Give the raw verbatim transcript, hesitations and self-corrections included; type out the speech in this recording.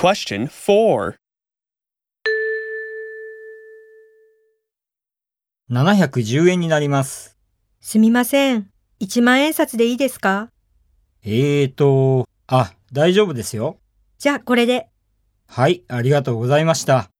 Question four. ななひゃくじゅうえんになります。 すみません。いちまん円札でいいですか？ えーと、あ、大丈夫ですよ。 じゃあこれで。 はい、ありがとうございました。